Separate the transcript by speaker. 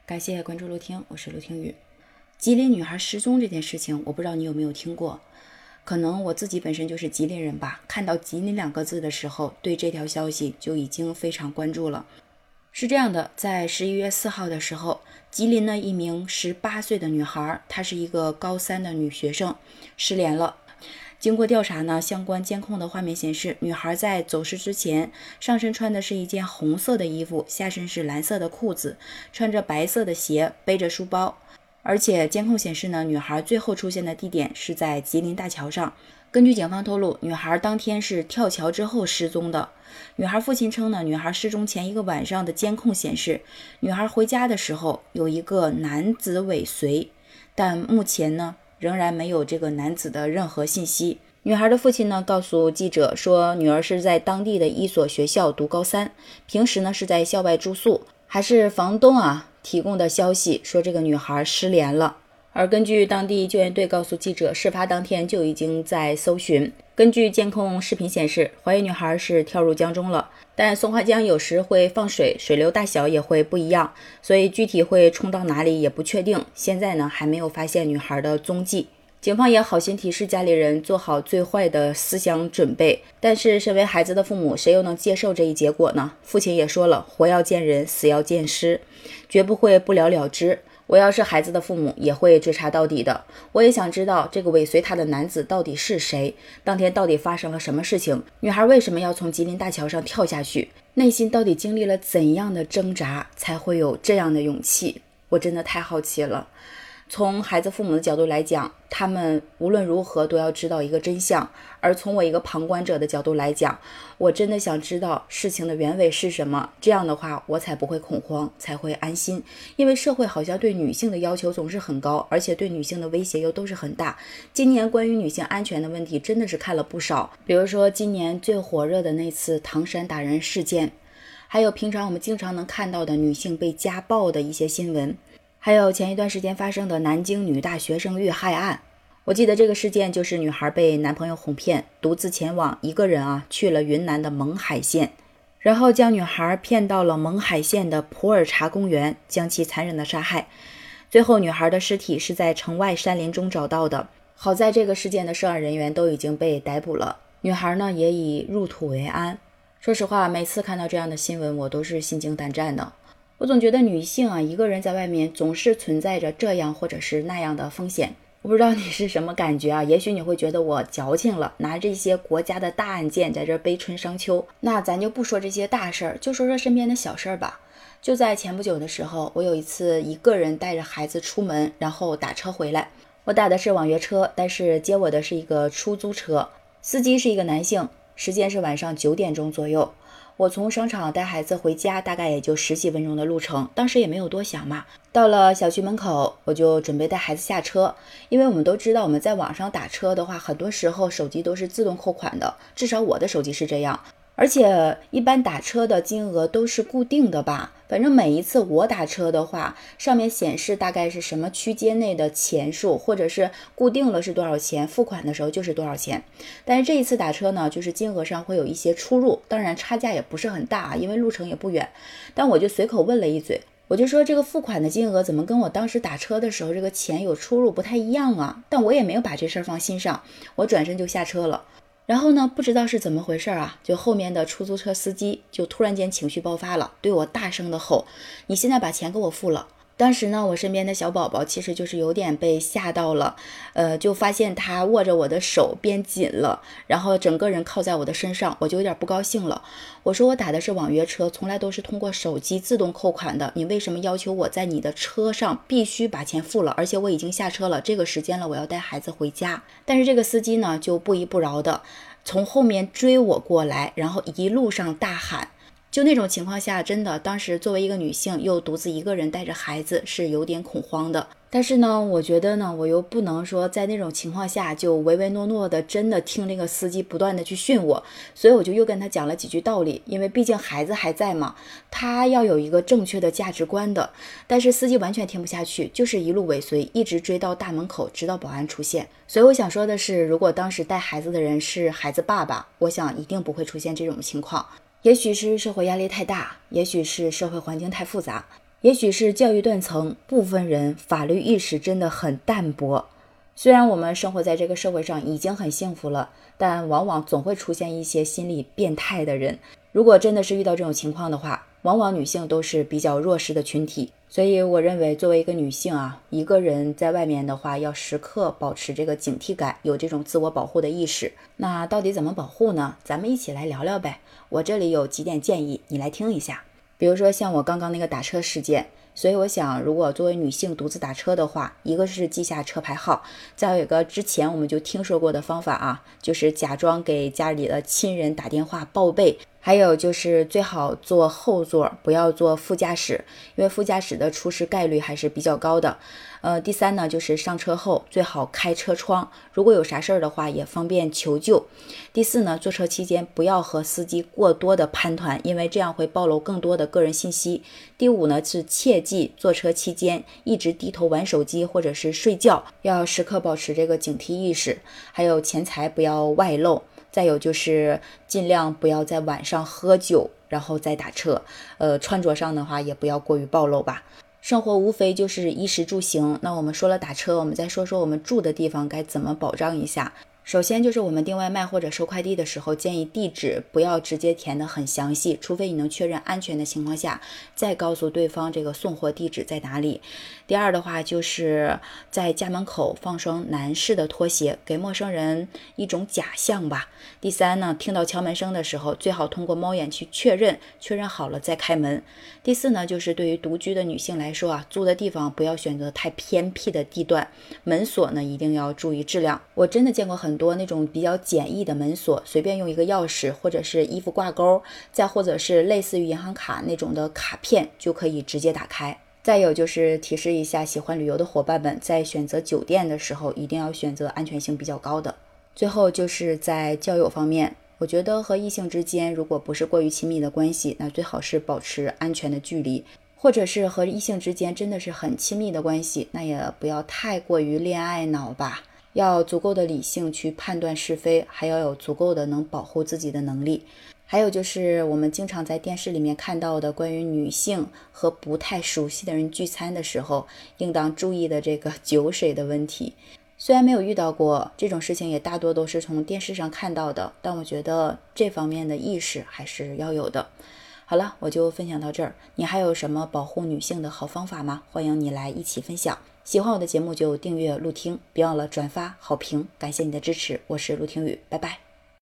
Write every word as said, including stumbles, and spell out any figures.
Speaker 1: 感谢关注陆听，我是陆听雨。吉林女孩失踪这件事情，我不知道你有没有听过，可能我自己本身就是吉林人吧，看到吉林两个字的时候，对这条消息就已经非常关注了。是这样的，在十一月四号的时候，吉林的一名十八岁的女孩，她是一个高三的女学生，失联了。经过调查呢，相关监控的画面显示，女孩在走失之前，上身穿的是一件红色的衣服，下身是蓝色的裤子，穿着白色的鞋，背着书包。而且监控显示呢，女孩最后出现的地点是在吉林大桥上。根据警方透露，女孩当天是跳桥之后失踪的。女孩父亲称呢，女孩失踪前一个晚上的监控显示，女孩回家的时候有一个男子尾随，但目前呢仍然没有这个男子的任何信息。女孩的父亲呢告诉记者说，女儿是在当地的一所学校读高三，平时呢是在校外住宿，还是房东啊提供的消息说这个女孩失联了。而根据当地救援队告诉记者，事发当天就已经在搜寻。根据监控视频显示，怀疑女孩是跳入江中了，但松花江有时会放水，水流大小也会不一样，所以具体会冲到哪里也不确定。现在呢还没有发现女孩的踪迹。警方也好心提示家里人做好最坏的思想准备，但是身为孩子的父母，谁又能接受这一结果呢？父亲也说了，活要见人，死要见尸，绝不会不了了之。我要是孩子的父母，也会追查到底的。我也想知道这个尾随他的男子到底是谁，当天到底发生了什么事情，女孩为什么要从吉林大桥上跳下去，内心到底经历了怎样的挣扎，才会有这样的勇气。我真的太好奇了。从孩子父母的角度来讲，他们无论如何都要知道一个真相，而从我一个旁观者的角度来讲，我真的想知道事情的原委是什么，这样的话我才不会恐慌，才会安心。因为社会好像对女性的要求总是很高，而且对女性的威胁又都是很大。今年关于女性安全的问题真的是看了不少，比如说今年最火热的那次唐山打人事件，还有平常我们经常能看到的女性被家暴的一些新闻，还有前一段时间发生的南京女大学生遇害案。我记得这个事件就是女孩被男朋友哄骗，独自前往一个人啊去了云南的勐海县，然后将女孩骗到了勐海县的普洱茶公园，将其残忍的杀害。最后女孩的尸体是在城外山林中找到的，好在这个事件的涉案人员都已经被逮捕了，女孩呢也已入土为安。说实话，每次看到这样的新闻，我都是心惊胆战的。我总觉得女性啊，一个人在外面总是存在着这样或者是那样的风险。我不知道你是什么感觉啊？也许你会觉得我矫情了，拿这些国家的大案件在这悲春伤秋。那咱就不说这些大事儿，就说说身边的小事儿吧。就在前不久的时候，我有一次一个人带着孩子出门，然后打车回来。我打的是网约车，但是接我的是一个出租车，司机是一个男性，时间是晚上九点钟左右。我从商场带孩子回家，大概也就十几分钟的路程，当时也没有多想嘛。到了小区门口，我就准备带孩子下车，因为我们都知道我们在网上打车的话，很多时候手机都是自动扣款的，至少我的手机是这样。而且一般打车的金额都是固定的吧，反正每一次我打车的话，上面显示大概是什么区间内的钱数，或者是固定了是多少钱，付款的时候就是多少钱。但是这一次打车呢，就是金额上会有一些出入，当然差价也不是很大，因为路程也不远。但我就随口问了一嘴，我就说这个付款的金额怎么跟我当时打车的时候这个钱有出入不太一样啊？但我也没有把这事儿放心上，我转身就下车了。然后呢，不知道是怎么回事啊，就后面的出租车司机就突然间情绪爆发了，对我大声的吼，你现在把钱给我付了。当时呢，我身边的小宝宝其实就是有点被吓到了，呃，就发现他握着我的手变紧了，然后整个人靠在我的身上，我就有点不高兴了。我说我打的是网约车，从来都是通过手机自动扣款的，你为什么要求我在你的车上必须把钱付了？而且我已经下车了，这个时间了，我要带孩子回家。但是这个司机呢，就不依不饶的从后面追我过来，然后一路上大喊。就那种情况下，真的当时作为一个女性又独自一个人带着孩子是有点恐慌的。但是呢，我觉得呢，我又不能说在那种情况下就唯唯诺诺的真的听这个司机不断的去训我，所以我就又跟他讲了几句道理，因为毕竟孩子还在嘛，他要有一个正确的价值观的。但是司机完全听不下去，就是一路尾随，一直追到大门口，直到保安出现。所以我想说的是，如果当时带孩子的人是孩子爸爸，我想一定不会出现这种情况。也许是社会压力太大，也许是社会环境太复杂， 也许是教育断层，部分人法律意识真的很淡薄。虽然我们生活在这个社会上已经很幸福了，但往往总会出现一些心理变态的人。如果真的是遇到这种情况的话，往往女性都是比较弱势的群体。所以我认为作为一个女性啊，一个人在外面的话，要时刻保持这个警惕感，有这种自我保护的意识。那到底怎么保护呢？咱们一起来聊聊呗。我这里有几点建议，你来听一下。比如说像我刚刚那个打车事件，所以我想如果作为女性独自打车的话，一个是记下车牌号，再有一个之前我们就听说过的方法啊，就是假装给家里的亲人打电话报备。还有就是最好坐后座，不要坐副驾驶，因为副驾驶的出事概率还是比较高的。呃，第三呢，就是上车后最好开车窗，如果有啥事儿的话也方便求救。第四呢，坐车期间不要和司机过多的攀谈，因为这样会暴露更多的个人信息。第五呢，是切记坐车期间一直低头玩手机或者是睡觉，要时刻保持这个警惕意识。还有钱财不要外露。再有就是尽量不要在晚上喝酒然后再打车，呃，穿着上的话也不要过于暴露吧。生活无非就是衣食住行，那我们说了打车，我们再说说我们住的地方该怎么保障一下。首先就是我们订外卖或者收快递的时候，建议地址不要直接填得很详细，除非你能确认安全的情况下，再告诉对方这个送货地址在哪里。第二的话，就是在家门口放双男士的拖鞋，给陌生人一种假象吧。第三呢，听到敲门声的时候，最好通过猫眼去确认，确认好了再开门。第四呢，就是对于独居的女性来说啊，租的地方不要选择太偏僻的地段，门锁呢一定要注意质量。我真的见过很多那种比较简易的门锁，随便用一个钥匙或者是衣服挂钩，再或者是类似于银行卡那种的卡片就可以直接打开。再有就是提示一下喜欢旅游的伙伴们，在选择酒店的时候一定要选择安全性比较高的。最后就是在交友方面，我觉得和异性之间如果不是过于亲密的关系，那最好是保持安全的距离，或者是和异性之间真的是很亲密的关系，那也不要太过于恋爱脑吧，要足够的理性去判断是非，还要有足够的能保护自己的能力。还有就是我们经常在电视里面看到的关于女性和不太熟悉的人聚餐的时候应当注意的这个酒水的问题。虽然没有遇到过这种事情，也大多都是从电视上看到的，但我觉得这方面的意识还是要有的。好了，我就分享到这儿，你还有什么保护女性的好方法吗？欢迎你来一起分享。喜欢我的节目就订阅陆听，别忘了转发好评，感谢你的支持，我是陆听雨，拜拜。